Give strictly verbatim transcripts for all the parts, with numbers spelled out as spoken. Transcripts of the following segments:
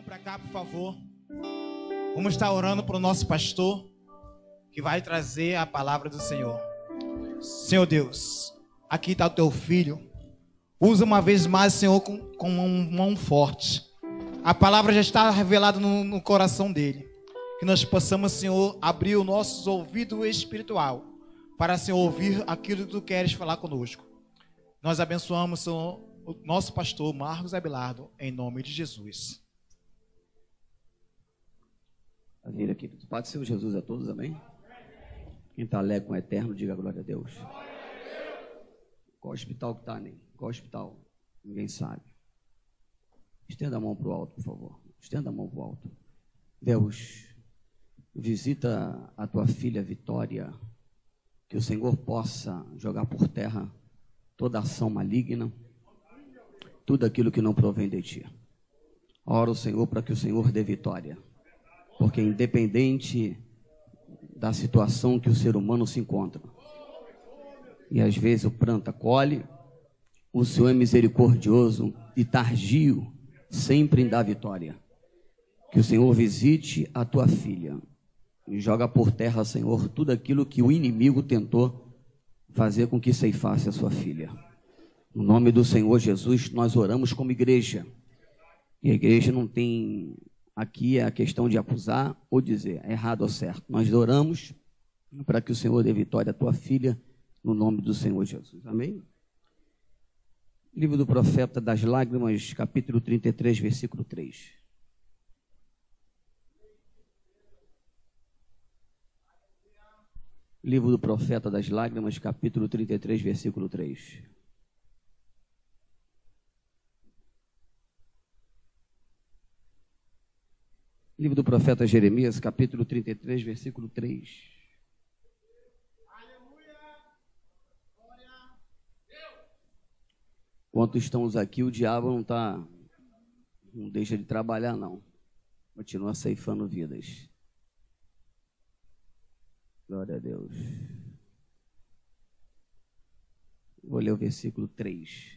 para cá, por favor. Vamos estar orando para o nosso pastor, que vai trazer a palavra do Senhor. Senhor Deus, aqui está o teu filho. Usa uma vez mais, Senhor, com, com uma mão forte. A palavra já está revelada no, no coração dele. Que nós possamos, Senhor, abrir os nossos ouvidos espiritual para, Senhor, ouvir aquilo que tu queres falar conosco. Nós abençoamos, Senhor, o nosso pastor Marcos Abelardo, em nome de Jesus. Maravilha, querido. Pode ser o Jesus a todos, amém? Quem está alegre com o eterno, diga glória a Deus. Qual hospital que está, Ney? Qual hospital? Ninguém sabe. Estenda a mão para o alto, por favor. Estenda a mão para o alto. Deus, visita a tua filha Vitória, que o Senhor possa jogar por terra toda ação maligna, tudo aquilo que não provém de ti. Ora o Senhor para que o Senhor dê vitória, porque independente da situação que o ser humano se encontra, e às vezes o pranto acolhe, o Senhor é misericordioso e tardio, sempre em dar vitória. Que o Senhor visite a tua filha e joga por terra, Senhor, tudo aquilo que o inimigo tentou fazer com que ceifasse a sua filha. No nome do Senhor Jesus, nós oramos como igreja. E a igreja não tem aqui a questão de acusar ou dizer errado ou certo. Nós oramos para que o Senhor dê vitória à tua filha, no nome do Senhor Jesus. Amém? Livro do Profeta das Lágrimas, capítulo trinta e três, versículo três. Livro do Profeta das Lágrimas, capítulo trinta e três, versículo três. Livro do Profeta Jeremias, capítulo trinta e três, versículo três. Enquanto estamos aqui, o diabo não tá, não deixa de trabalhar, não. Continua ceifando vidas. Glória a Deus. Vou ler o versículo três.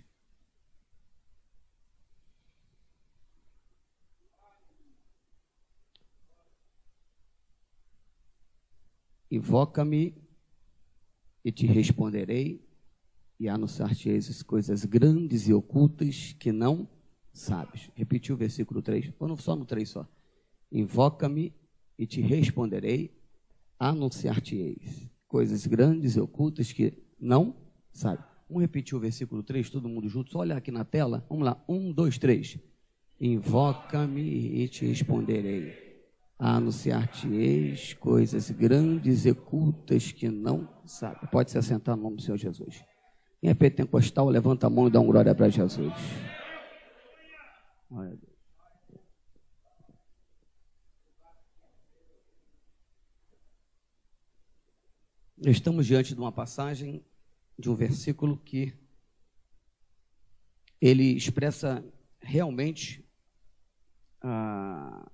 Invoca-me e te responderei, e anunciar-te as coisas grandes e ocultas que não sabes. Repetiu o versículo três, ou só no três só. Invoca-me e te responderei, anunciar-te-eis coisas grandes e ocultas que não sabes. Vamos repetir o versículo três, todo mundo junto, só olhar aqui na tela. Vamos lá, um, dois, três. Invoca-me e te responderei, anunciar-te-eis coisas grandes e ocultas que não sabes. Pode se assentar no nome do Senhor Jesus. Quem é pentecostal, levanta a mão e dá uma glória para Jesus. Glória a Deus. Estamos diante de uma passagem, de um versículo que ele expressa realmente a,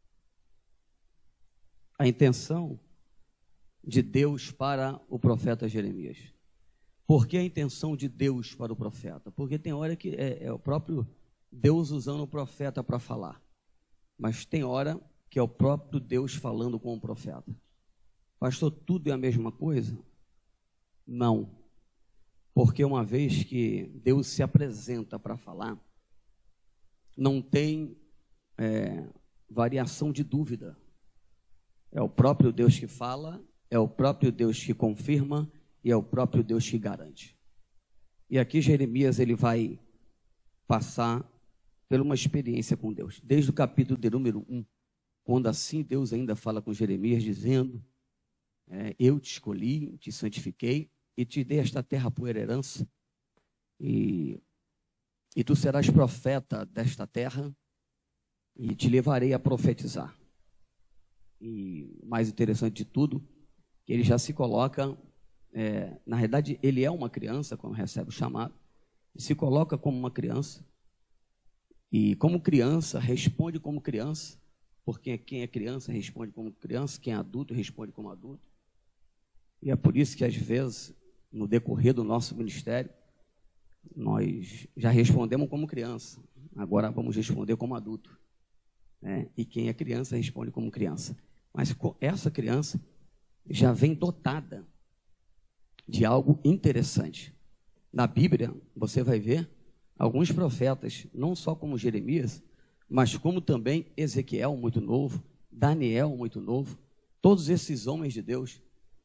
a intenção de Deus para o profeta Jeremias. Por que a intenção de Deus para o profeta? Porque tem hora que é, é o próprio Deus usando o profeta para falar, mas tem hora que é o próprio Deus falando com o profeta. Pastor, tudo é a mesma coisa? Não. Porque uma vez que Deus se apresenta para falar, não tem é, variação de dúvida. É o próprio Deus que fala, é o próprio Deus que confirma e é o próprio Deus que garante. E aqui Jeremias ele vai passar por uma experiência com Deus. Desde o capítulo de número um, quando assim Deus ainda fala com Jeremias, dizendo... É, eu te escolhi, te santifiquei e te dei esta terra por herança, e, e tu serás profeta desta terra e te levarei a profetizar. E o mais interessante de tudo, que ele já se coloca, é, na realidade ele é uma criança quando recebe o chamado, e se coloca como uma criança, e como criança responde como criança, porque quem é criança responde como criança, quem é adulto responde como adulto. E é por isso que, às vezes, no decorrer do nosso ministério, nós já respondemos como criança, agora vamos responder como adulto. né? E quem é criança responde como criança. Mas essa criança já vem dotada de algo interessante. Na Bíblia, você vai ver alguns profetas, não só como Jeremias, mas como também Ezequiel, muito novo, Daniel, muito novo, todos esses homens de Deus,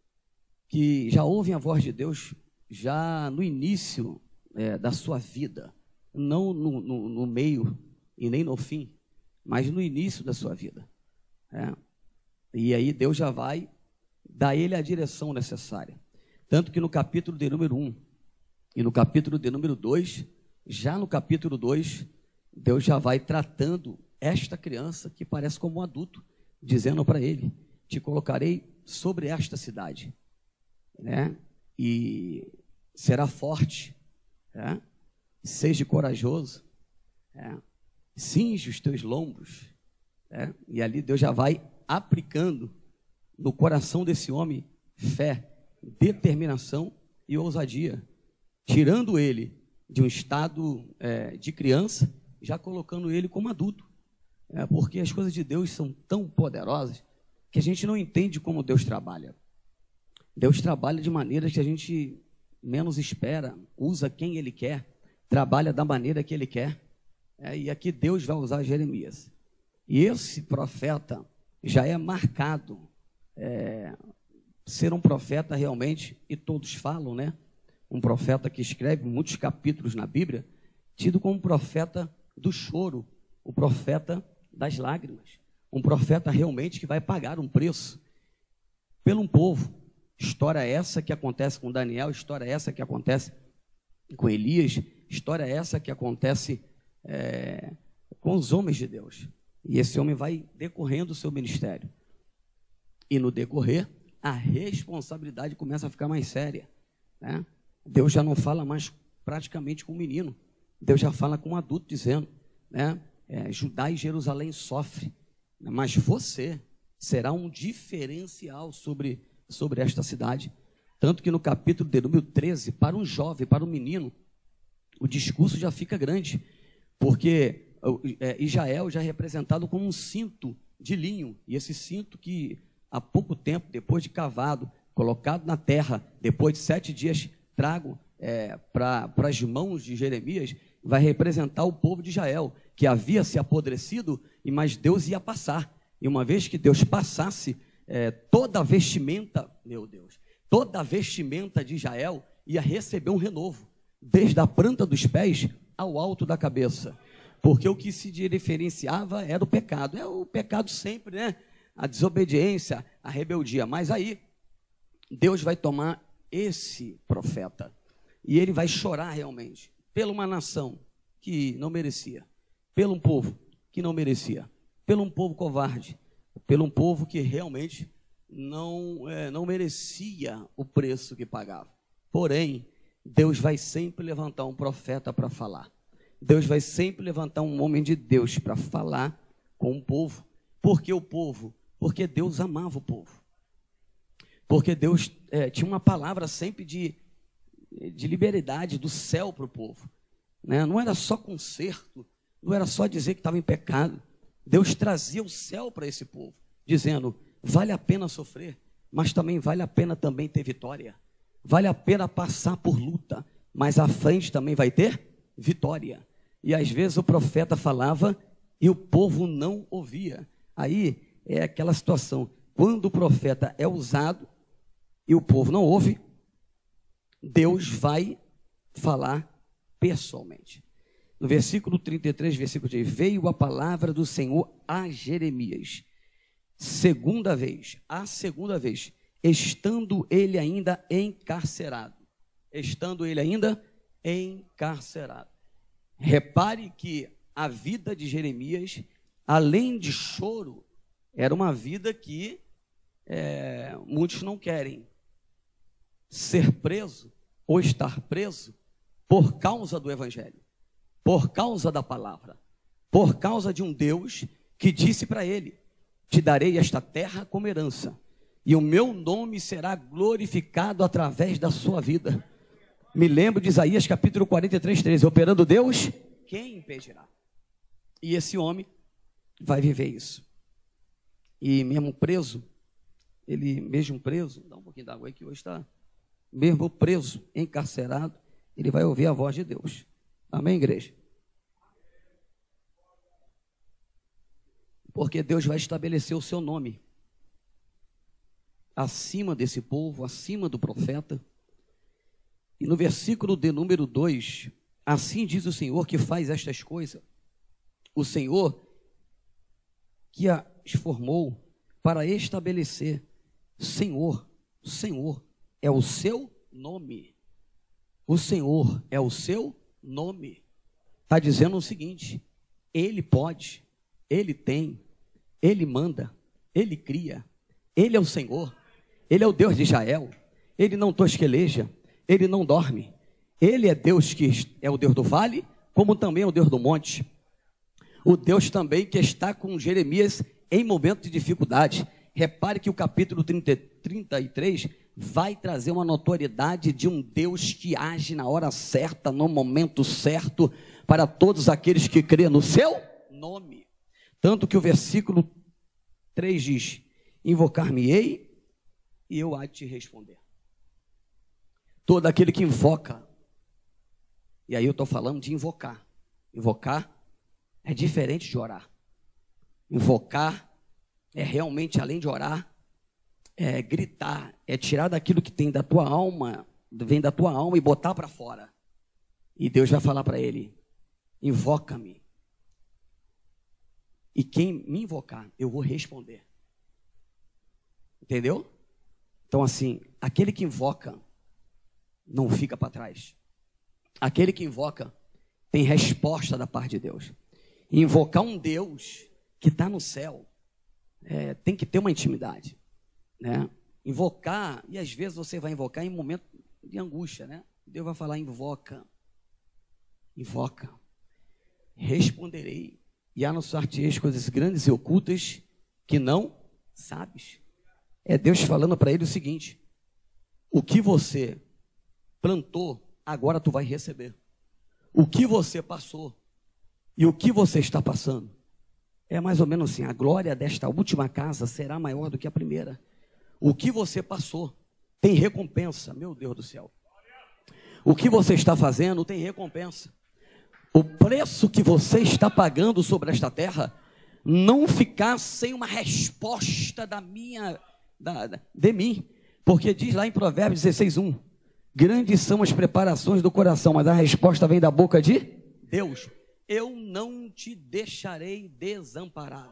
que já ouvem a voz de Deus já no início é, da sua vida, não no, no, no meio e nem no fim, mas no início da sua vida. É. E aí Deus já vai dar a ele a direção necessária. Tanto que no capítulo de número um e no capítulo de número dois, já no capítulo dois, Deus já vai tratando esta criança que parece como um adulto, dizendo para ele: te colocarei sobre esta cidade, né? E será forte, né? Seja corajoso, né? Cinge os teus lombos, né? E ali Deus já vai aplicando no coração desse homem fé, determinação e ousadia, tirando ele de um estado é, de criança, já colocando ele como adulto, é, porque as coisas de Deus são tão poderosas que a gente não entende como Deus trabalha. Deus trabalha de maneiras que a gente menos espera, usa quem Ele quer, trabalha da maneira que Ele quer, é, e aqui Deus vai usar Jeremias. E esse profeta já é marcado, é, ser um profeta realmente, e todos falam, né? Um profeta que escreve muitos capítulos na Bíblia, tido como profeta do choro, o profeta das lágrimas, um profeta realmente que vai pagar um preço pelo um povo. História essa que acontece com Daniel, história essa que acontece com Elias, história essa que acontece é, com os homens de Deus. E esse homem vai decorrendo o seu ministério. E no decorrer, a responsabilidade começa a ficar mais séria, né? Deus já não fala mais praticamente com o menino, Deus já fala com um adulto, dizendo, né, é, Judá e Jerusalém sofrem, mas você será um diferencial sobre, sobre esta cidade. Tanto que no capítulo de número treze, para um jovem, para um menino, o discurso já fica grande, porque é, Israel já é representado como um cinto de linho, e esse cinto que há pouco tempo, depois de cavado, colocado na terra, depois de sete dias trago é, para as mãos de Jeremias, vai representar o povo de Israel, que havia se apodrecido, mas Deus ia passar. E uma vez que Deus passasse, é, toda a vestimenta, meu Deus, toda a vestimenta de Israel ia receber um renovo, desde a planta dos pés ao alto da cabeça. Porque o que se diferenciava era o pecado. É o pecado sempre, né? A desobediência, a rebeldia. Mas aí, Deus vai tomar esse profeta e ele vai chorar realmente pela uma nação que não merecia, pelo um povo que não merecia, pelo um povo covarde, pelo um povo que realmente não, é, não merecia o preço que pagava. Porém, Deus vai sempre levantar um profeta para falar. Deus vai sempre levantar um homem de Deus para falar com o povo. Por que o povo? Porque Deus amava o povo. Porque Deus é, tinha uma palavra sempre de, de liberalidade do céu para o povo, né? Não era só conserto, não era só dizer que estava em pecado. Deus trazia o céu para esse povo, dizendo, vale a pena sofrer, mas também vale a pena também ter vitória. Vale a pena passar por luta, mas à frente também vai ter vitória. E às vezes o profeta falava e o povo não ouvia. Aí é aquela situação, quando o profeta é usado e o povo não ouve, Deus vai falar pessoalmente. No versículo trinta e três, versículo três, veio a palavra do Senhor a Jeremias, segunda vez, a segunda vez, estando ele ainda encarcerado, estando ele ainda encarcerado. Repare que a vida de Jeremias, além de choro, era uma vida que é, muitos não querem. Ser preso ou estar preso por causa do evangelho, por causa da palavra, por causa de um Deus que disse para ele, te darei esta terra como herança, e o meu nome será glorificado através da sua vida. Me lembro de Isaías capítulo quarenta e três, treze, operando Deus, quem impedirá? E esse homem, vai viver isso. E mesmo preso, ele mesmo preso, dá um pouquinho d'água aí que hoje está, mesmo preso, encarcerado, ele vai ouvir a voz de Deus. Amém, igreja? Porque Deus vai estabelecer o seu nome acima desse povo, acima do profeta. E no versículo de número dois, assim diz o Senhor que faz estas coisas. O Senhor que as formou para estabelecer. Senhor, Senhor é o seu nome. O Senhor é o seu nome. Está dizendo o seguinte: Ele pode, Ele tem, Ele manda, Ele cria, Ele é o Senhor, Ele é o Deus de Israel, Ele não tosqueleja, Ele não dorme, Ele é Deus que é o Deus do vale, como também é o Deus do monte, o Deus também que está com Jeremias em momento de dificuldade. Repare que o capítulo trinta, trinta e três vai trazer uma notoriedade de um Deus que age na hora certa, no momento certo, para todos aqueles que creem no seu nome. Tanto que o versículo três diz: invocar-me-ei e eu há de te responder. Todo aquele que invoca, e aí eu estou falando de invocar. Invocar é diferente de orar. Invocar é realmente, além de orar, é gritar, é tirar daquilo que tem da tua alma, vem da tua alma e botar para fora. E Deus vai falar para ele: invoca-me. E quem me invocar, eu vou responder. Entendeu? Então assim, aquele que invoca não fica para trás. Aquele que invoca tem resposta da parte de Deus. E invocar um Deus que está no céu, é, tem que ter uma intimidade, né? Invocar, e às vezes você vai invocar em momento de angústia, né? Deus vai falar: invoca, invoca, responderei, e anunciar-te-eis coisas grandes e ocultas que não sabes. É Deus falando para ele o seguinte: o que você plantou, agora tu vai receber. O que você passou e o que você está passando, é mais ou menos assim: a glória desta última casa será maior do que a primeira. O que você passou tem recompensa, meu Deus do céu. O que você está fazendo tem recompensa. O preço que você está pagando sobre esta terra, não ficar sem uma resposta da minha, da, da, de mim. Porque diz lá em Provérbios dezesseis, um: grandes são as preparações do coração, mas a resposta vem da boca de Deus. Eu não te deixarei desamparado.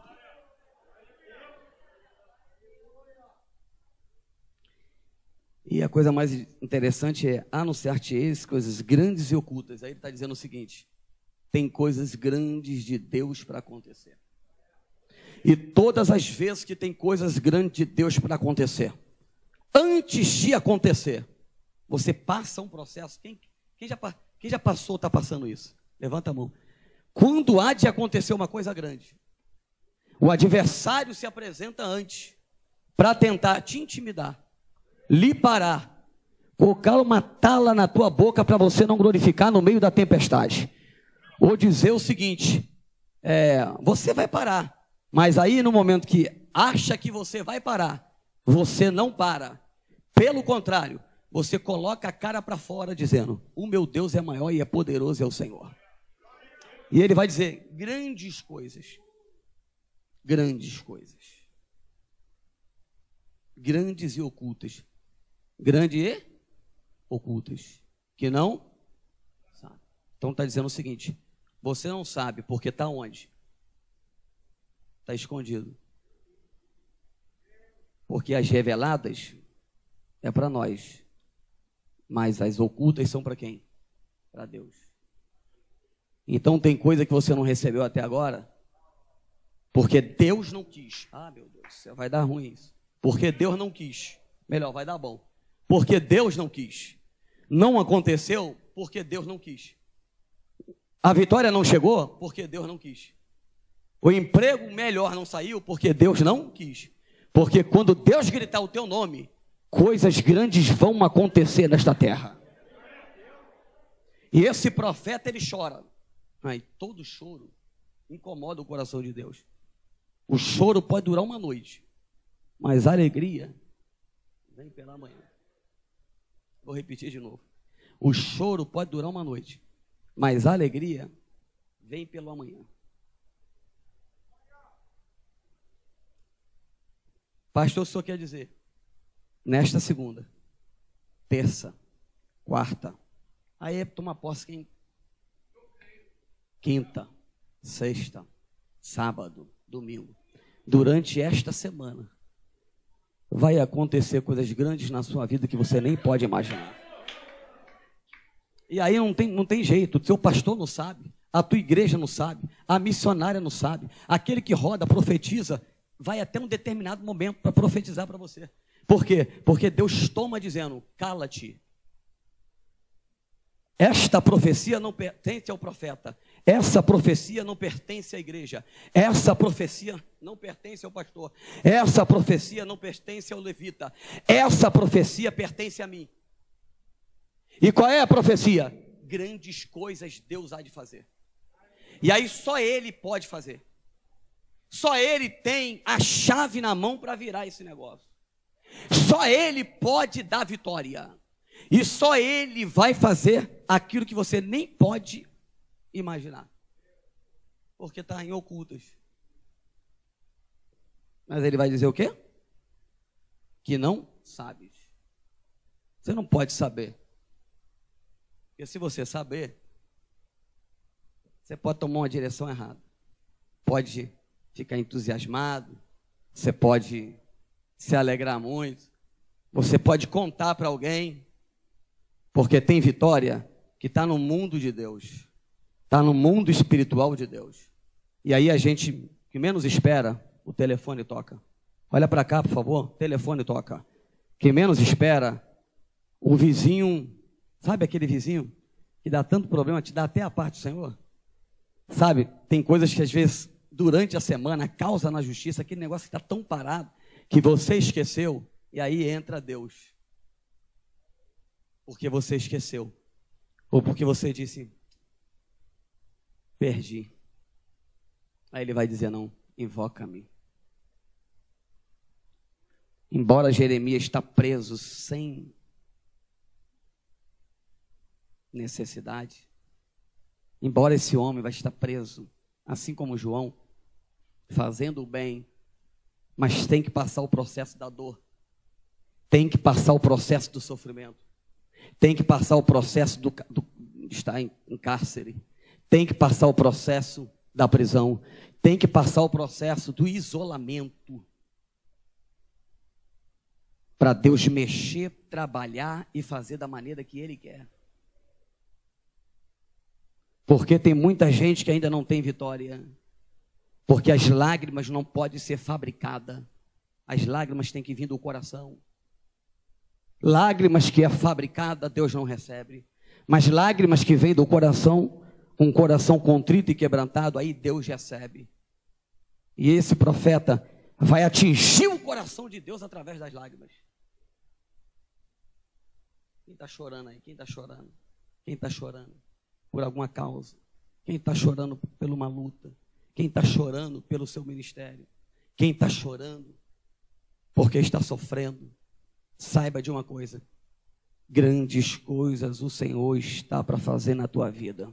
E a coisa mais interessante é anunciar-te-eis coisas grandes e ocultas. Aí ele está dizendo o seguinte: tem coisas grandes de Deus para acontecer. E todas as vezes que tem coisas grandes de Deus para acontecer, antes de acontecer, você passa um processo. Quem, quem, já, quem já passou, está passando isso? Levanta a mão. Quando há de acontecer uma coisa grande, o adversário se apresenta antes para tentar te intimidar, lhe parar, colocar uma tala na tua boca para você não glorificar no meio da tempestade, ou dizer o seguinte: é, você vai parar, mas aí no momento que acha que você vai parar, você não para. Pelo contrário, você coloca a cara para fora dizendo: o meu Deus é maior e é poderoso, é o Senhor. E ele vai dizer grandes coisas, grandes coisas, grandes e ocultas, grandes e ocultas, que não sabe. Então está dizendo o seguinte: você não sabe porque está onde? Está escondido. Porque as reveladas é para nós, mas as ocultas são para quem? Para Deus. Então tem coisa que você não recebeu até agora, porque Deus não quis. Ah, meu Deus, vai dar ruim isso. Porque Deus não quis. Melhor, vai dar bom. Porque Deus não quis. Não aconteceu porque Deus não quis. A vitória não chegou porque Deus não quis. O emprego melhor não saiu porque Deus não quis. Porque quando Deus gritar o teu nome, coisas grandes vão acontecer nesta terra. E esse profeta, ele chora. Aí todo choro incomoda o coração de Deus. O choro pode durar uma noite, mas a alegria vem pela manhã. Vou repetir de novo. O choro pode durar uma noite, mas a alegria vem pelo amanhã. Pastor, o senhor quer dizer, nesta segunda, terça, quarta, aí é tomar posse quem? Quinta, sexta, sábado, domingo. Durante esta semana, vai acontecer coisas grandes na sua vida que você nem pode imaginar. E aí não tem, não tem jeito, o seu pastor não sabe, a tua igreja não sabe, a missionária não sabe, aquele que roda, profetiza, vai até um determinado momento para profetizar para você. Por quê? Porque Deus toma dizendo, cala-te. Esta profecia não pertence ao profeta, essa profecia não pertence à igreja, essa profecia não pertence ao pastor, essa profecia não pertence ao levita, essa profecia pertence a mim. E qual é a profecia? Grandes coisas Deus há de fazer. E aí só Ele pode fazer. Só Ele tem a chave na mão para virar esse negócio. Só Ele pode dar vitória. E só Ele vai fazer aquilo que você nem pode imaginar. Porque está em ocultas. Mas Ele vai dizer o quê? Que não sabes. Você não pode saber. Porque se você saber, você pode tomar uma direção errada. Pode ficar entusiasmado, você pode se alegrar muito, você pode contar para alguém, porque tem vitória que está no mundo de Deus, está no mundo espiritual de Deus. E aí a gente, que menos espera, o telefone toca. Olha para cá, por favor, o telefone toca. Que menos espera, o vizinho, sabe aquele vizinho que dá tanto problema, te dá até a parte do Senhor? Sabe, tem coisas que às vezes, durante a semana, causa na justiça, aquele negócio que está tão parado, que você esqueceu, e aí entra Deus. Porque você esqueceu. Ou porque você disse, perdi. Aí Ele vai dizer, não, invoca-me. Embora Jeremias está preso sem necessidade, embora esse homem vai estar preso, assim como João, fazendo o bem, mas tem que passar o processo da dor, tem que passar o processo do sofrimento, tem que passar o processo do, do de estar em, em cárcere, tem que passar o processo da prisão, tem que passar o processo do isolamento, para Deus mexer, trabalhar e fazer da maneira que Ele quer. Porque tem muita gente que ainda não tem vitória. Porque as lágrimas não podem ser fabricadas. As lágrimas têm que vir do coração. Lágrimas que é fabricada, Deus não recebe. Mas lágrimas que vêm do coração, um coração contrito e quebrantado, aí Deus recebe. E esse profeta vai atingir o coração de Deus através das lágrimas. Quem está chorando aí? Quem está chorando? Quem está chorando por alguma causa? Quem está chorando por uma luta? Quem está chorando pelo seu ministério? Quem está chorando porque está sofrendo? Saiba de uma coisa: grandes coisas o Senhor está para fazer na tua vida.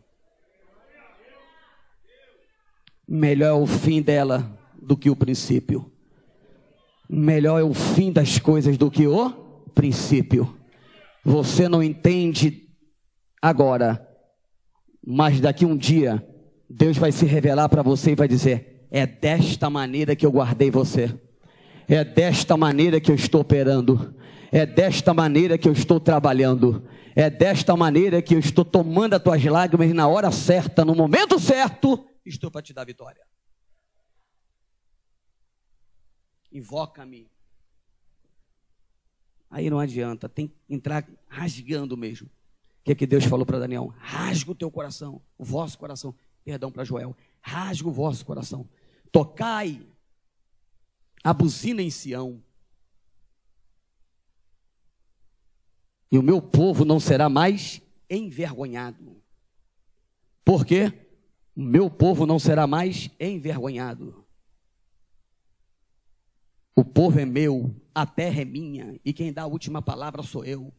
Melhor é o fim dela do que o princípio. Melhor é o fim das coisas do que o princípio. Você não entende agora, mas daqui um dia Deus vai se revelar para você e vai dizer: é desta maneira que eu guardei você, é desta maneira que eu estou operando, é desta maneira que eu estou trabalhando, é desta maneira que eu estou tomando as tuas lágrimas e na hora certa, no momento certo, estou para te dar vitória. Invoca-me. Aí não adianta, tem que entrar rasgando mesmo. O que é que Deus falou para Daniel? Rasga o teu coração, o vosso coração. Perdão para Joel. Rasga o vosso coração. Tocai a buzina em Sião. E o meu povo não será mais envergonhado. Por quê? O meu povo não será mais envergonhado. O povo é meu, a terra é minha, e quem dá a última palavra sou eu.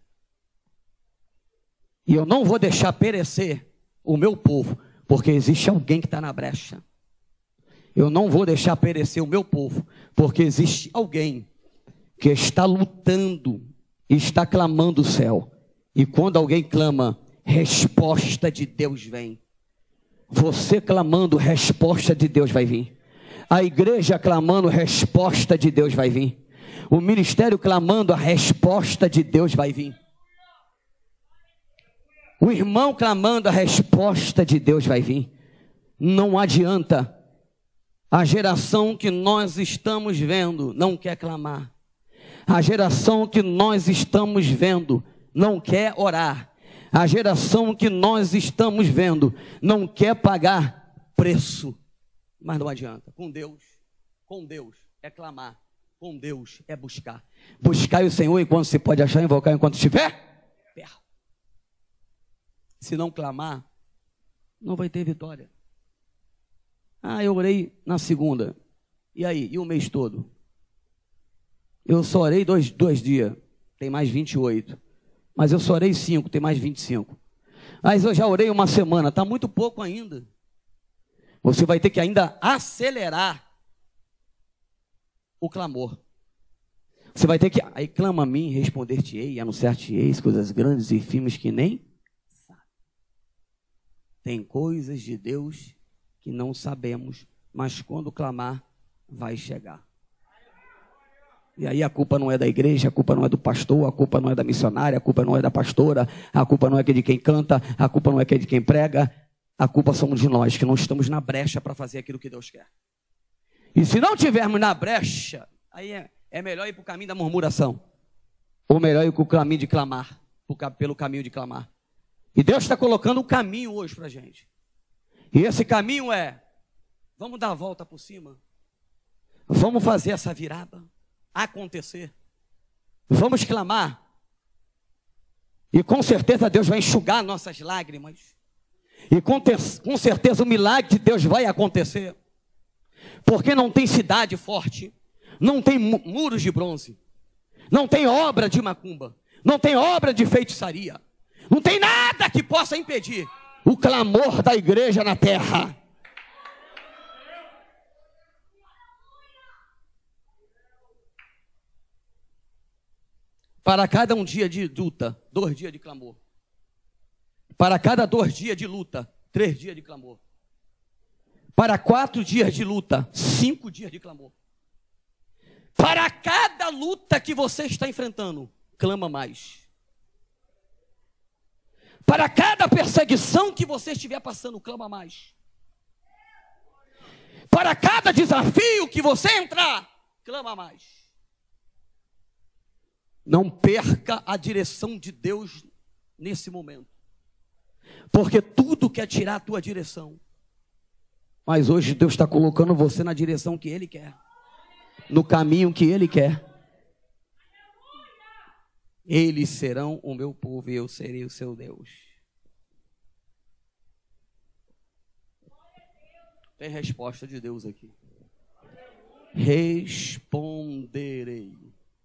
E eu não vou deixar perecer o meu povo, porque existe alguém que está na brecha. Eu não vou deixar perecer o meu povo, porque existe alguém que está lutando, está clamando o céu. E quando alguém clama, resposta de Deus vem. Você clamando, resposta de Deus vai vir. A igreja clamando, resposta de Deus vai vir. O ministério clamando, a resposta de Deus vai vir. O irmão clamando, a resposta de Deus vai vir. Não adianta. A geração que nós estamos vendo não quer clamar. A geração que nós estamos vendo não quer orar. A geração que nós estamos vendo não quer pagar preço. Mas não adianta. Com Deus, com Deus é clamar. Com Deus é buscar. Buscar o Senhor enquanto se pode achar, invocar enquanto estiver perto. Se não clamar, não vai ter vitória. Ah, eu orei na segunda. E aí? E o mês todo? Eu só orei dois, dois dias. Tem mais vinte e oito. Mas eu só orei cinco. Tem mais vinte e cinco. Mas eu já orei uma semana. Está muito pouco ainda. Você vai ter que ainda acelerar o clamor. Você vai ter que... Aí clama a mim, responder-te-ei, anunciar-te-eis coisas grandes e firmes que nem sabe. Tem coisas de Deus que não sabemos, mas quando clamar, vai chegar. E aí a culpa não é da igreja, a culpa não é do pastor, a culpa não é da missionária, a culpa não é da pastora, a culpa não é de quem canta, a culpa não é de quem prega, a culpa somos de nós, que não estamos na brecha para fazer aquilo que Deus quer. E se não tivermos na brecha, aí é, é melhor ir para o caminho da murmuração, ou melhor ir para o caminho de clamar, pelo caminho de clamar. E Deus está colocando um caminho hoje para a gente. E esse caminho é, vamos dar a volta por cima, vamos fazer essa virada acontecer, vamos clamar, e com certeza Deus vai enxugar nossas lágrimas, e com, ter, com certeza o milagre de Deus vai acontecer, porque não tem cidade forte, não tem muros de bronze, não tem obra de macumba, não tem obra de feitiçaria, não tem nada que possa impedir o clamor da igreja na terra. Para cada um dia de luta, dois dias de clamor. Para cada dois dias de luta, três dias de clamor. Para quatro dias de luta, cinco dias de clamor. Para cada luta que você está enfrentando, clama mais. Para cada perseguição que você estiver passando, clama mais. Para cada desafio que você entrar, clama mais. Não perca a direção de Deus nesse momento. Porque tudo quer tirar a tua direção. Mas hoje Deus está colocando você na direção que Ele quer. No caminho que Ele quer. Eles serão o meu povo e eu serei o seu Deus. Tem resposta de Deus aqui. Responderei.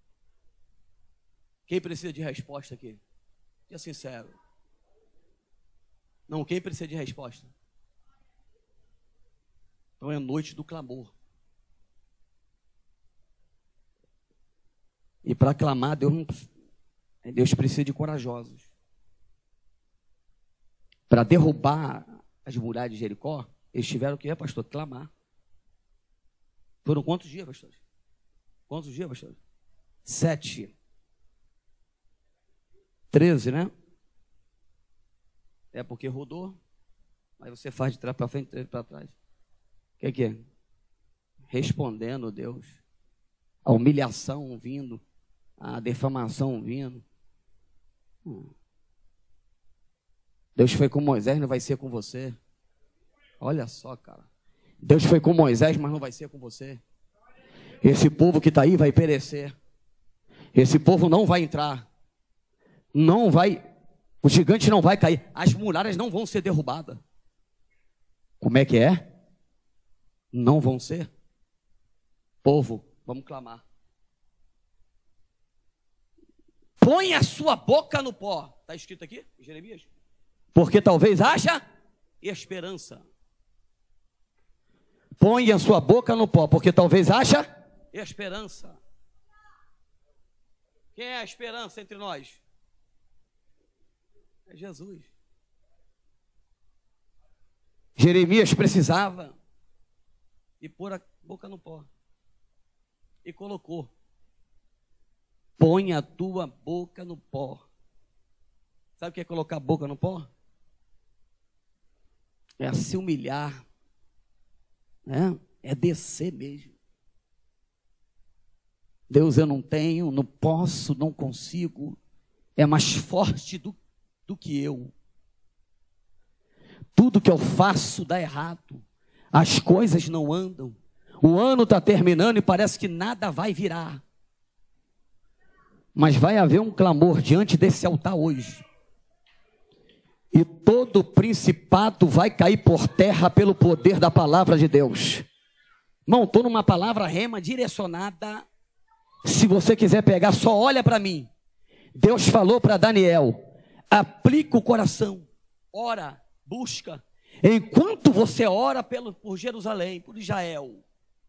Quem precisa de resposta aqui? Seja sincero. Não, quem precisa de resposta? Então é noite do clamor. E para clamar, Deus, não, Deus precisa de corajosos. Para derrubar as muralhas de Jericó, eles tiveram que, pastor, clamar. Foram quantos dias, pastor? Quantos dias, pastor? Sete. Treze, né? É porque rodou. Aí você faz de trás para frente, treze para trás. O que, que é? Respondendo, Deus. A humilhação vindo. A defamação vindo. Hum. Deus foi com Moisés, não vai ser com você. Olha só, cara. Deus foi com Moisés, mas não vai ser com você. Esse povo que está aí vai perecer. Esse povo não vai entrar. Não vai, o gigante não vai cair, as muralhas não vão ser derrubadas. Como é que é? Não vão ser. Povo, vamos clamar. põe a sua boca no pó. Está escrito aqui, Jeremias? Porque talvez haja esperança. Põe a sua boca no pó, porque talvez haja esperança. Quem é a esperança entre nós? É Jesus. Jeremias precisava e pôr a boca no pó. E colocou. Põe a tua boca no pó. Sabe o que é colocar a boca no pó? É se humilhar. É, é descer mesmo. Deus, eu não tenho, não posso, não consigo. É mais forte do, do que eu. Tudo que eu faço dá errado. As coisas não andam. O ano está terminando e parece que nada vai virar. Mas vai haver um clamor diante desse altar hoje. E todo principado vai cair por terra pelo poder da palavra de Deus. Irmão, estou numa palavra rema direcionada. Se você quiser pegar, só olha para mim. Deus falou para Daniel: aplica o coração, ora, busca. Enquanto você ora pelo, por Jerusalém, por Israel.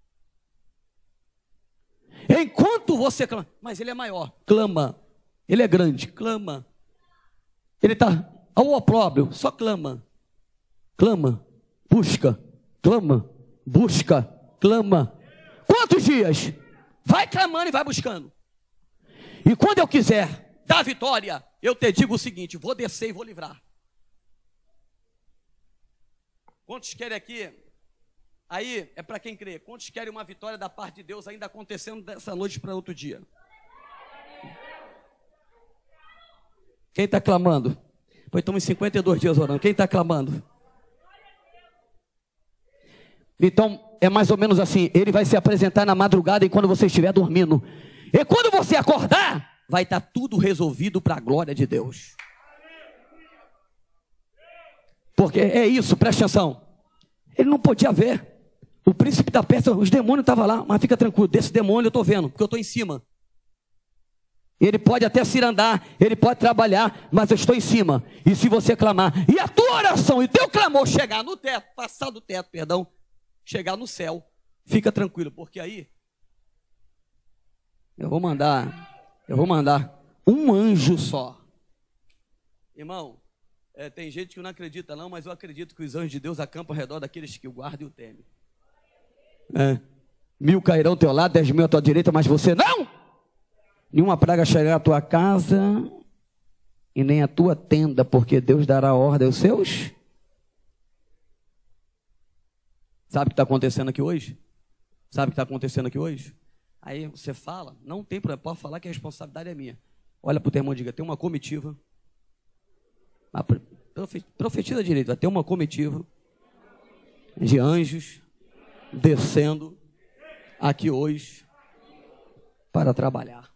Enquanto você clama, mas ele é maior, clama. Ele é grande, clama. Ele está ao opróbrio, só clama. Clama, busca, clama, busca, clama. Quantos dias? Vai clamando e vai buscando. E quando eu quiser dar vitória, eu te digo o seguinte: vou descer e vou livrar. Quantos querem aqui? Aí é para quem crê. Quantos querem uma vitória da parte de Deus ainda acontecendo dessa noite para outro dia? Quem está clamando? Pois estamos cinquenta e dois dias orando. Quem está clamando? Então, é mais ou menos assim. Ele vai se apresentar na madrugada e quando você estiver dormindo. E quando você acordar, vai estar tudo resolvido para a glória de Deus. Porque é isso, presta atenção. Ele não podia ver. O príncipe da Pérsia, os demônios estavam lá. Mas fica tranquilo, desse demônio eu estou vendo, porque eu estou em cima. Ele pode até se andar, ele pode trabalhar, mas eu estou em cima. E se você clamar, e a tua oração e teu clamor chegar no teto, passar do teto, perdão, chegar no céu, fica tranquilo, porque aí eu vou mandar, eu vou mandar um anjo só. Irmão, é, tem gente que não acredita não, mas eu acredito que os anjos de Deus acampam ao redor daqueles que o guardam e o temem. É, mil cairão ao teu lado, dez mil à tua direita, mas você não! Nenhuma praga chegará à tua casa e nem à tua tenda, porque Deus dará ordem aos seus. Sabe o que está acontecendo aqui hoje? Sabe o que está acontecendo aqui hoje? Aí você fala, não tem problema, pode falar que a responsabilidade é minha. Olha para o teu irmão e diga: tem uma comitiva. Profetiza direito, vai ter uma comitiva de anjos descendo aqui hoje para trabalhar.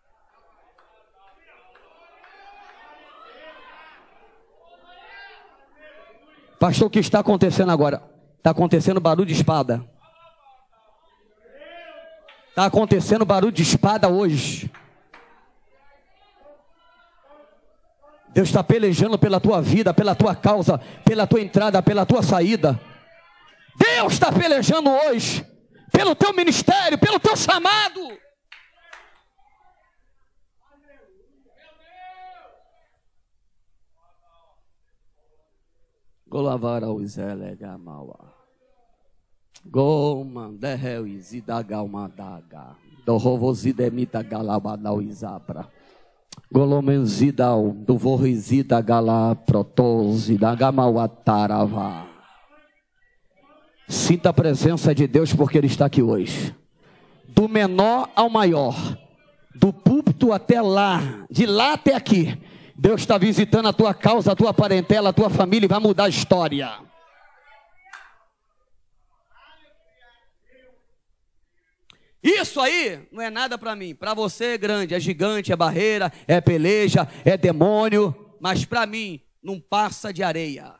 Pastor, o que está acontecendo agora? Está acontecendo barulho de espada. Está acontecendo barulho de espada hoje. Deus está pelejando pela tua vida, pela tua causa, pela tua entrada, pela tua saída. Deus está pelejando hoje pelo teu ministério, pelo teu chamado. Golavara os elegamawa. Goma derreu isidagalmadaga. Dorovozidemita galabadau isabra. Golomenzidal do vorrizida galá protose da gamauatarava. Sinta a presença de Deus porque Ele está aqui hoje. Do menor ao maior, do púlpito até lá, de lá até aqui, Deus está visitando a tua causa, a tua parentela, a tua família e vai mudar a história. Isso aí não é nada para mim. Para você é grande, é gigante, é barreira, é peleja, é demônio. Mas para mim não passa de areia.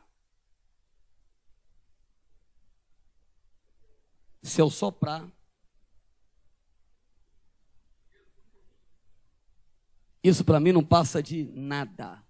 Se eu soprar, Isso para mim não passa de nada.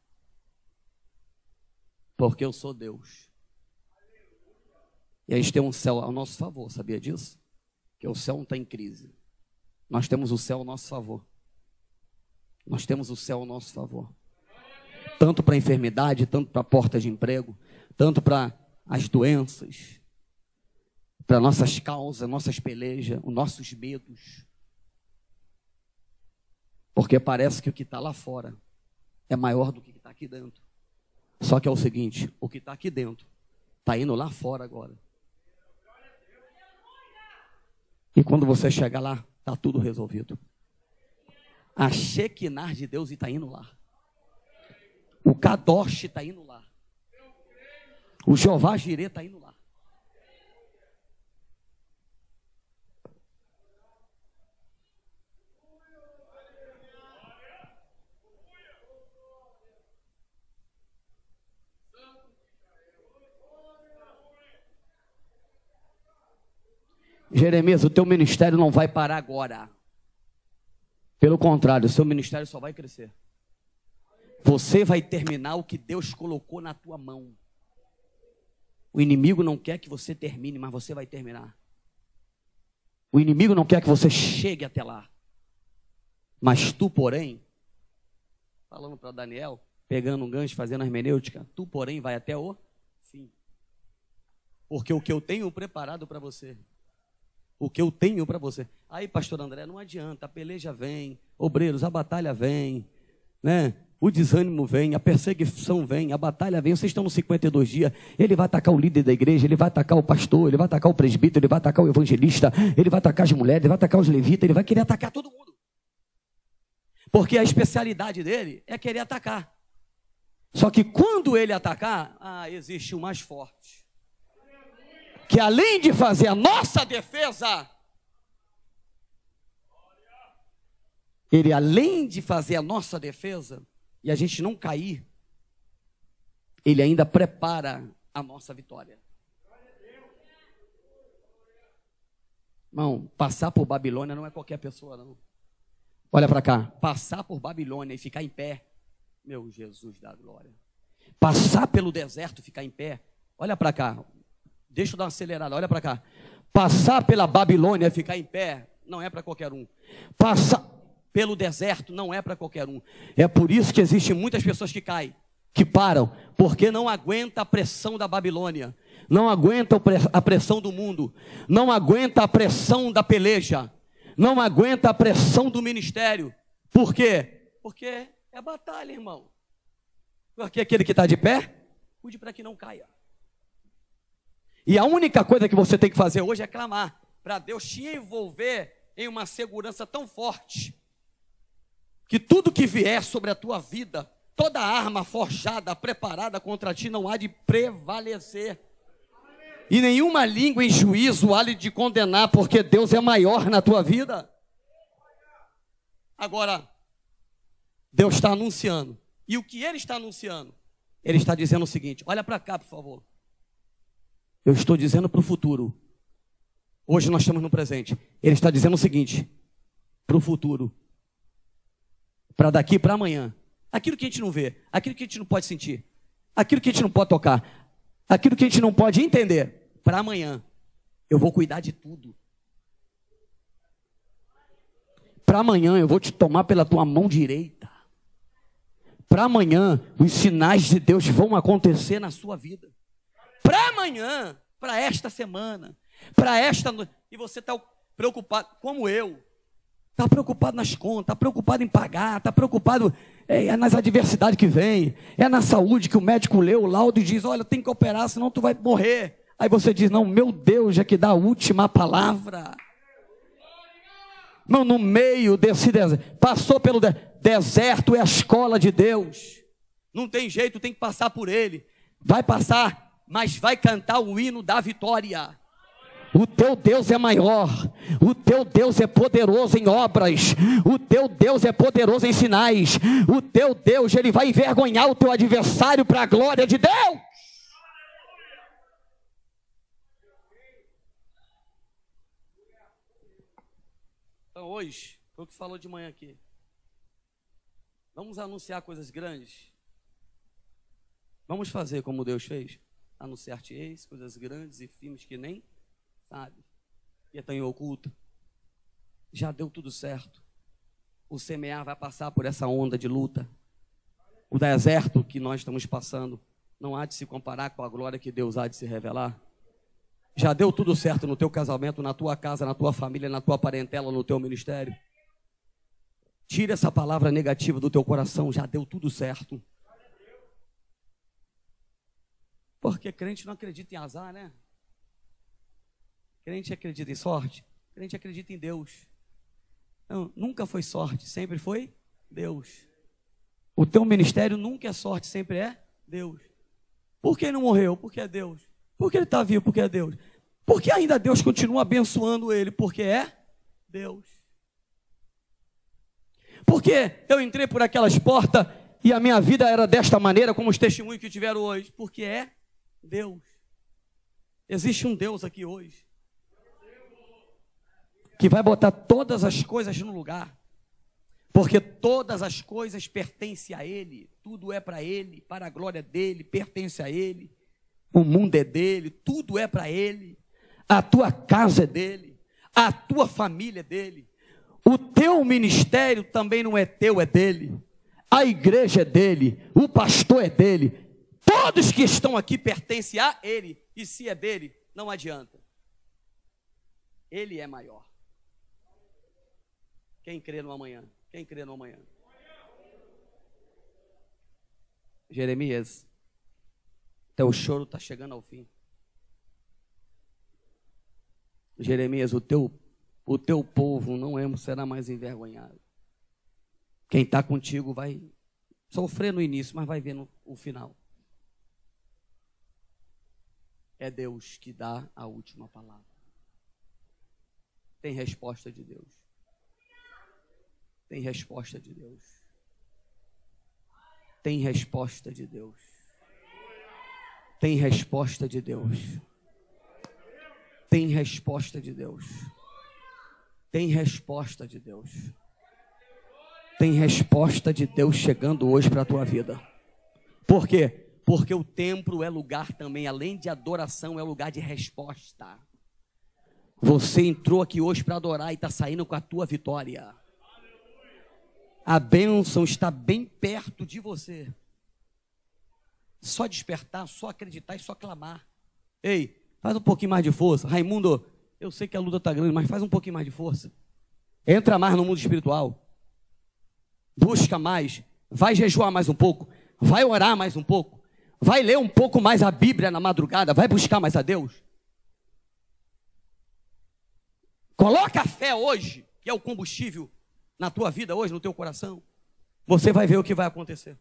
Porque eu sou Deus. E a gente tem um céu ao nosso favor, sabia disso? Que o céu não está em crise. Nós temos o céu ao nosso favor. Nós temos o céu ao nosso favor. Tanto para a enfermidade, tanto para a porta de emprego, tanto para as doenças, para nossas causas, nossas pelejas, os nossos medos. Porque parece que o que está lá fora é maior do que o que está aqui dentro. Só que é o seguinte, o que está aqui dentro está indo lá fora agora. E quando você chegar lá, está tudo resolvido. A Shekinah de Deus está indo lá. O Kadosh está indo lá. O Jeová Jireh está indo lá. Jeremias, o teu ministério não vai parar agora. Pelo contrário, o seu ministério só vai crescer. Você vai terminar o que Deus colocou na tua mão. O inimigo não quer que você termine, mas você vai terminar. O inimigo não quer que você chegue até lá. Mas tu, porém, falando para Daniel, pegando um gancho, fazendo a hermenêutica, tu, porém, vai até o fim. Porque o que eu tenho preparado para você, o que eu tenho para você. Aí, pastor André, não adianta, a peleja vem, obreiros, a batalha vem, né? O desânimo vem, a perseguição vem, a batalha vem. Vocês estão nos cinquenta e dois dias, ele vai atacar o líder da igreja, ele vai atacar o pastor, ele vai atacar o presbítero, ele vai atacar o evangelista, ele vai atacar as mulheres, ele vai atacar os levitas, ele vai querer atacar todo mundo. Porque a especialidade dele é querer atacar. Só que quando ele atacar, ah, existe o mais forte. Que além de fazer a nossa defesa, ele além de fazer a nossa defesa, e a gente não cair, ele ainda prepara a nossa vitória. Irmão, passar por Babilônia não é qualquer pessoa, não. Olha para cá, passar por Babilônia e ficar em pé, meu Jesus da glória. Passar pelo deserto e ficar em pé, olha para cá. Deixa eu dar uma acelerada, olha para cá. Passar pela Babilônia e ficar em pé não é para qualquer um. Passar pelo deserto não é para qualquer um. É por isso que existem muitas pessoas que caem, que param, porque não aguenta a pressão da Babilônia, não aguenta a pressão do mundo, não aguenta a pressão da peleja, não aguenta a pressão do ministério. Por quê? Porque é batalha, irmão. Porque aquele que está de pé, cuide para que não caia. E a única coisa que você tem que fazer hoje é clamar para Deus te envolver em uma segurança tão forte, que tudo que vier sobre a tua vida, toda arma forjada, preparada contra ti, não há de prevalecer. E nenhuma língua em juízo há de condenar, porque Deus é maior na tua vida. Agora, Deus está anunciando. E o que Ele está anunciando? Ele está dizendo o seguinte, olha para cá, por favor. Eu estou dizendo para o futuro. Hoje nós estamos no presente. Ele está dizendo o seguinte, para o futuro. Para daqui para amanhã. Aquilo que a gente não vê, aquilo que a gente não pode sentir, aquilo que a gente não pode tocar, aquilo que a gente não pode entender, para amanhã, eu vou cuidar de tudo. Para amanhã, eu vou te tomar pela tua mão direita. Para amanhã, os sinais de Deus vão acontecer na sua vida. Para amanhã, para esta semana, para esta noite. E você está preocupado, como eu, está preocupado nas contas, está preocupado em pagar, está preocupado é, nas adversidades que vem, é na saúde que o médico lê o laudo e diz, olha, tem que operar, senão tu vai morrer. Aí você diz, não, meu Deus, é que dá a última palavra. Não, no meio desse deserto, passou pelo de- deserto, é a escola de Deus. Não tem jeito, tem que passar por ele. Vai passar, mas vai cantar o hino da vitória. O teu Deus é maior, o teu Deus é poderoso em obras, o teu Deus é poderoso em sinais, o teu Deus, ele vai envergonhar o teu adversário para a glória de Deus. Então hoje, foi o que falou de manhã aqui. Vamos anunciar coisas grandes. Vamos fazer como Deus fez. Anunciar-te-eis coisas grandes e firmes que nem sabe. E estão em oculto. Já deu tudo certo. O semear vai passar por essa onda de luta. O deserto que nós estamos passando não há de se comparar com a glória que Deus há de se revelar. Já deu tudo certo no teu casamento, na tua casa, na tua família, na tua parentela, no teu ministério. Tira essa palavra negativa do teu coração. Já deu tudo certo. Porque crente não acredita em azar, né? Crente acredita em sorte. Crente acredita em Deus. Não, nunca foi sorte, sempre foi Deus. O teu ministério nunca é sorte, sempre é Deus. Por que não morreu? Porque é Deus. Por que ele está vivo? Porque é Deus. Por que ainda Deus continua abençoando ele? Porque é Deus. Porque eu entrei por aquelas portas e a minha vida era desta maneira, como os testemunhos que tiveram hoje. Porque é Deus. Existe um Deus aqui hoje que vai botar todas as coisas no lugar, porque todas as coisas pertencem a Ele, tudo é para Ele, para a glória dEle, pertence a Ele, o mundo é dEle, tudo é para Ele, a tua casa é dEle, a tua família é dEle, o teu ministério também não é teu, é dEle, a igreja é dEle, o pastor é dEle, todos que estão aqui pertencem a Ele, e se é dEle, não adianta, Ele é maior. Quem crê no amanhã? Quem crê no amanhã? Jeremias, teu choro está chegando ao fim. Jeremias, o teu, o teu povo não é, será mais envergonhado. Quem está contigo vai sofrer no início, mas vai ver no o final. É Deus que dá a última palavra. Tem resposta de Deus. Tem resposta de Deus. Tem resposta de Deus. Tem resposta de Deus. Tem resposta de Deus. Tem resposta de Deus. Tem resposta de Deus chegando hoje para a tua vida. Por quê? Porque o templo é lugar também, além de adoração, é lugar de resposta. Você entrou aqui hoje para adorar e está saindo com a tua vitória. A bênção está bem perto de você. Só despertar, só acreditar e só clamar. Ei, faz um pouquinho mais de força. Raimundo, eu sei que a luta está grande, mas faz um pouquinho mais de força. Entra mais no mundo espiritual. Busca mais. Vai jejuar mais um pouco. Vai orar mais um pouco. Vai ler um pouco mais a Bíblia na madrugada. Vai buscar mais a Deus. Coloca a fé hoje, que é o combustível na tua vida hoje, no teu coração, você vai ver o que vai acontecer.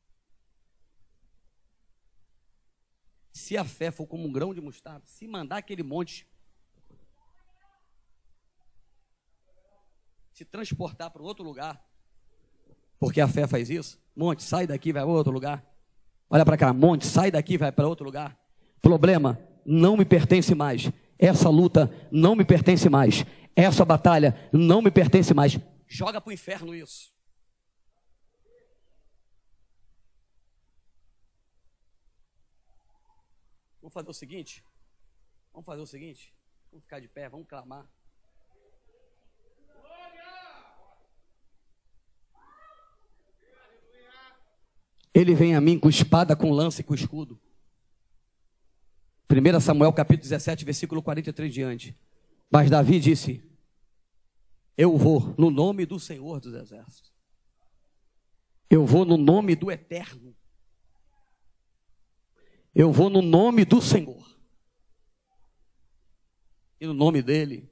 Se a fé for como um grão de mostarda, se mandar aquele monte se transportar para outro lugar, porque a fé faz isso, monte, sai daqui, vai para outro lugar. Olha para cá, monte, sai daqui, vai para outro lugar. Problema, não me pertence mais. Essa luta não me pertence mais. Essa batalha não me pertence mais. Joga para o inferno isso. Vamos fazer o seguinte. Vamos fazer o seguinte. Vamos ficar de pé, vamos clamar. Ele vem a mim com espada, com lança e com escudo. primeiro Samuel capítulo dezessete, versículo quarenta e três diante. Mas Davi disse: eu vou no nome do Senhor dos Exércitos. Eu vou no nome do Eterno. Eu vou no nome do Senhor. E no nome dele,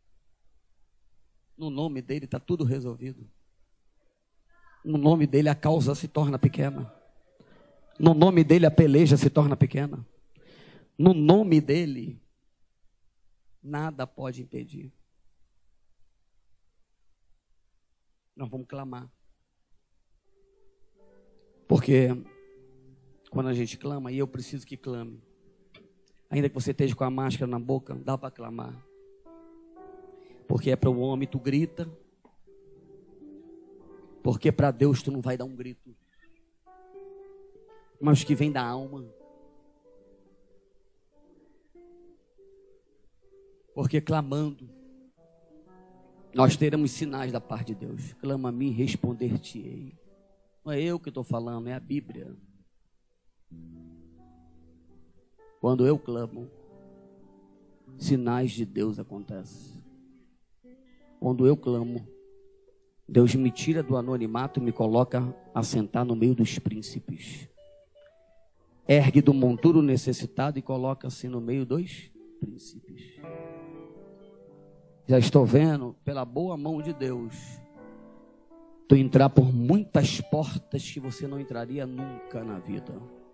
no nome dele está tudo resolvido. No nome dele a causa se torna pequena. No nome dele a peleja se torna pequena. No nome dele, nada pode impedir. Nós vamos clamar. Porque quando a gente clama, e eu preciso que clame, ainda que você esteja com a máscara na boca, dá para clamar. Porque é para o homem, tu grita. Porque para Deus tu não vai dar um grito, mas que vem da alma. Porque clamando, nós teremos sinais da parte de Deus. Clama a mim, responder-te-ei. Não é eu que estou falando, é a Bíblia. Quando eu clamo, sinais de Deus acontecem. Quando eu clamo, Deus me tira do anonimato e me coloca a sentar no meio dos príncipes. Ergue do monturo necessitado e coloca-se no meio dos príncipes. Já estou vendo, pela boa mão de Deus, tu entrar por muitas portas que você não entraria nunca na vida.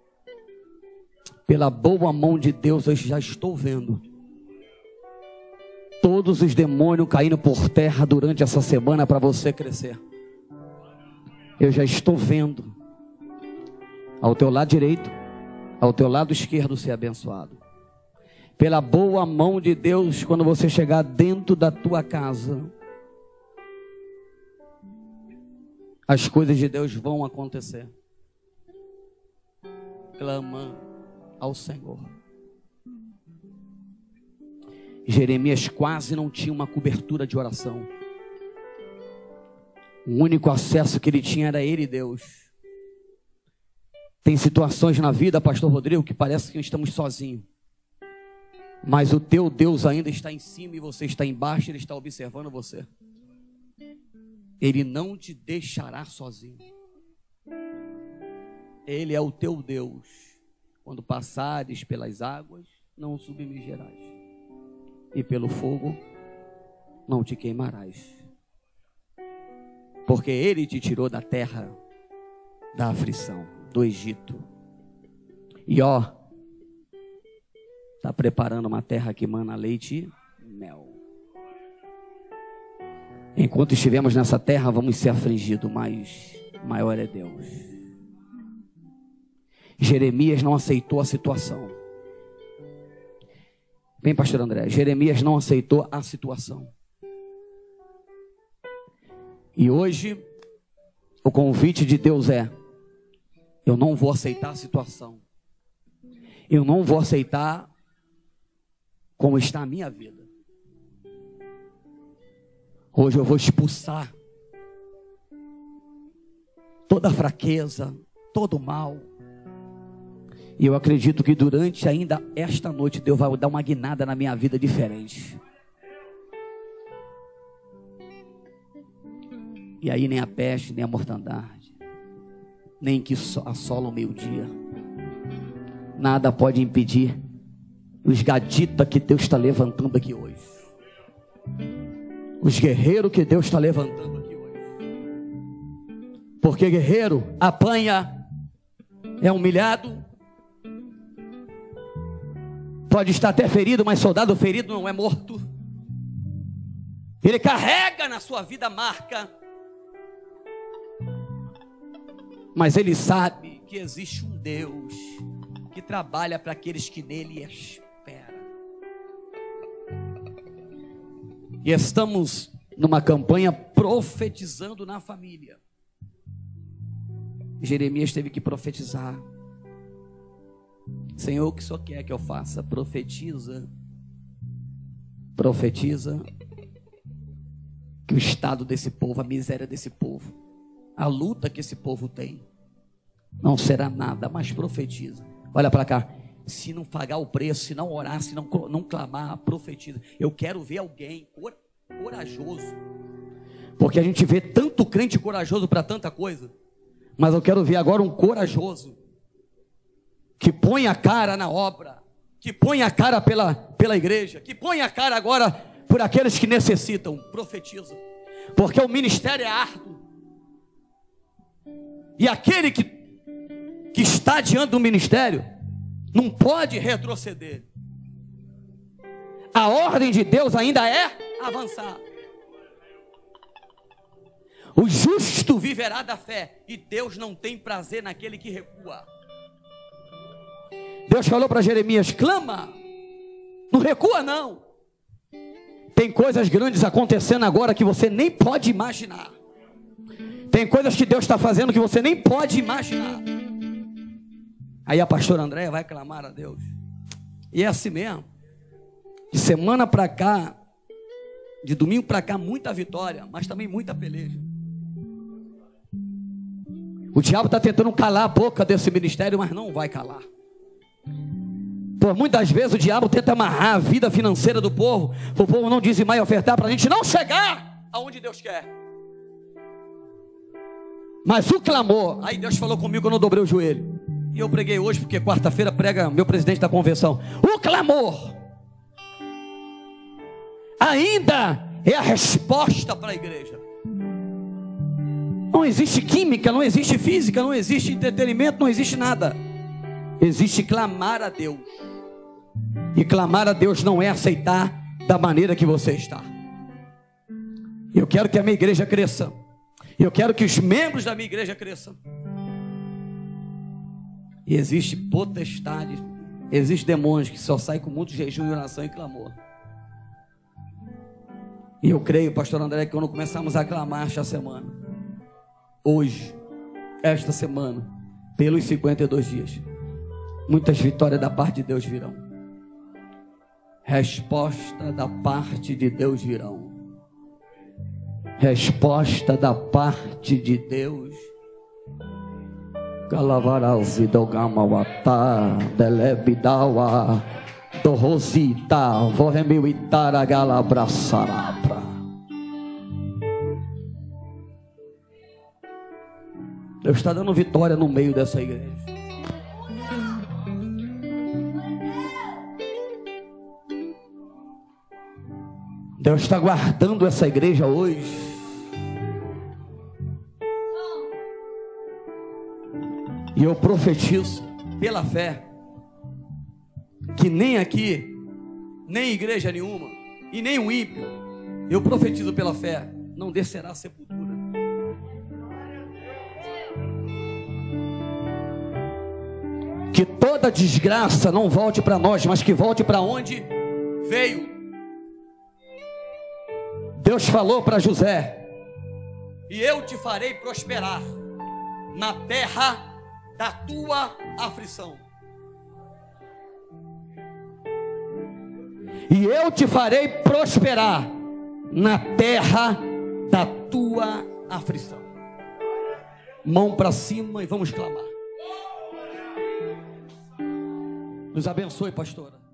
Pela boa mão de Deus, eu já estou vendo todos os demônios caindo por terra durante essa semana para você crescer. Eu já estou vendo ao teu lado direito, ao teu lado esquerdo ser abençoado. Pela boa mão de Deus, quando você chegar dentro da tua casa, as coisas de Deus vão acontecer. Clama ao Senhor. Jeremias quase não tinha uma cobertura de oração. O único acesso que ele tinha era ele e Deus. Tem situações na vida, pastor Rodrigo, que parece que estamos sozinhos. Mas o teu Deus ainda está em cima e você está embaixo, Ele está observando você. Ele não te deixará sozinho. Ele é o teu Deus. Quando passares pelas águas, não submergerás. E pelo fogo, não te queimarás. Porque Ele te tirou da terra da aflição, do Egito. E ó, está preparando uma terra que mana leite e mel. Enquanto estivermos nessa terra, vamos ser afligidos, mas maior é Deus. Jeremias não aceitou a situação. Bem, pastor André, Jeremias não aceitou a situação. E hoje, o convite de Deus é: eu não vou aceitar a situação. Eu não vou aceitar como está a minha vida. Hoje eu vou expulsar toda a fraqueza, todo o mal. E eu acredito que durante ainda esta noite Deus vai dar uma guinada na minha vida diferente. E aí nem a peste, nem a mortandade, nem que assola o meio-dia, nada pode impedir os gaditas que Deus está levantando aqui hoje. Os guerreiros que Deus está levantando aqui hoje. Porque guerreiro apanha, é humilhado, pode estar até ferido, mas soldado ferido não é morto. Ele carrega na sua vida marca, mas ele sabe que existe um Deus que trabalha para aqueles que nele esperam. E estamos numa campanha profetizando na família. Jeremias teve que profetizar. Senhor, o que o Senhor quer que eu faça? Profetiza. Profetiza que o estado desse povo, a miséria desse povo, a luta que esse povo tem, não será nada, mas profetiza. Olha para cá. Se não pagar o preço, se não orar, se não, não clamar, profetiza. Eu quero ver alguém cor, corajoso. Porque a gente vê tanto crente corajoso para tanta coisa. Mas eu quero ver agora um corajoso que põe a cara na obra, que põe a cara pela, pela igreja, que põe a cara agora por aqueles que necessitam. Profetiza. Porque o ministério é árduo. E aquele que, que está diante do ministério não pode retroceder. A ordem de Deus ainda é avançar. O justo viverá da fé, e Deus não tem prazer naquele que recua. Deus falou para Jeremias: clama, não recua não. Tem coisas grandes acontecendo agora que você nem pode imaginar. Tem coisas que Deus está fazendo que você nem pode imaginar. Aí a pastora Andréia vai clamar a Deus. E é assim mesmo. De semana para cá, de domingo para cá, muita vitória, mas também muita peleja. O diabo está tentando calar a boca desse ministério, mas não vai calar. Por muitas vezes o diabo tenta amarrar a vida financeira do povo, para o povo não dizimar e ofertar, para a gente não chegar aonde Deus quer. Mas o clamor, aí Deus falou comigo quando eu dobrei o joelho. E eu preguei hoje, porque quarta-feira prega meu presidente da convenção. O clamor ainda é a resposta para a igreja. Não existe química, não existe física, não existe entretenimento, não existe nada. Existe clamar a Deus. E clamar a Deus não é aceitar da maneira que você está. Eu quero que a minha igreja cresça. Eu quero que os membros da minha igreja cresçam. E existe potestade, existe demônios que só saem com muito jejum e oração e clamor. E eu creio, pastor André, que quando começarmos a clamar esta semana, hoje, esta semana, pelos cinquenta e dois dias, muitas vitórias da parte de Deus virão. Resposta da parte de Deus virão. Resposta da parte de Deus. Calavarazzi do gamawata, delebidawa, do rosita, vorremil itara galabraçarabra. Deus está dando vitória no meio dessa igreja. Deus está guardando essa igreja hoje. E eu profetizo pela fé que nem aqui, nem igreja nenhuma, e nem o ímpio, eu profetizo pela fé, não descerá a sepultura. Que toda desgraça não volte para nós, mas que volte para onde veio. Deus falou para José: e eu te farei prosperar na terra da tua aflição. E eu te farei prosperar na terra da tua aflição. Mão para cima e vamos clamar. Nos abençoe, pastora.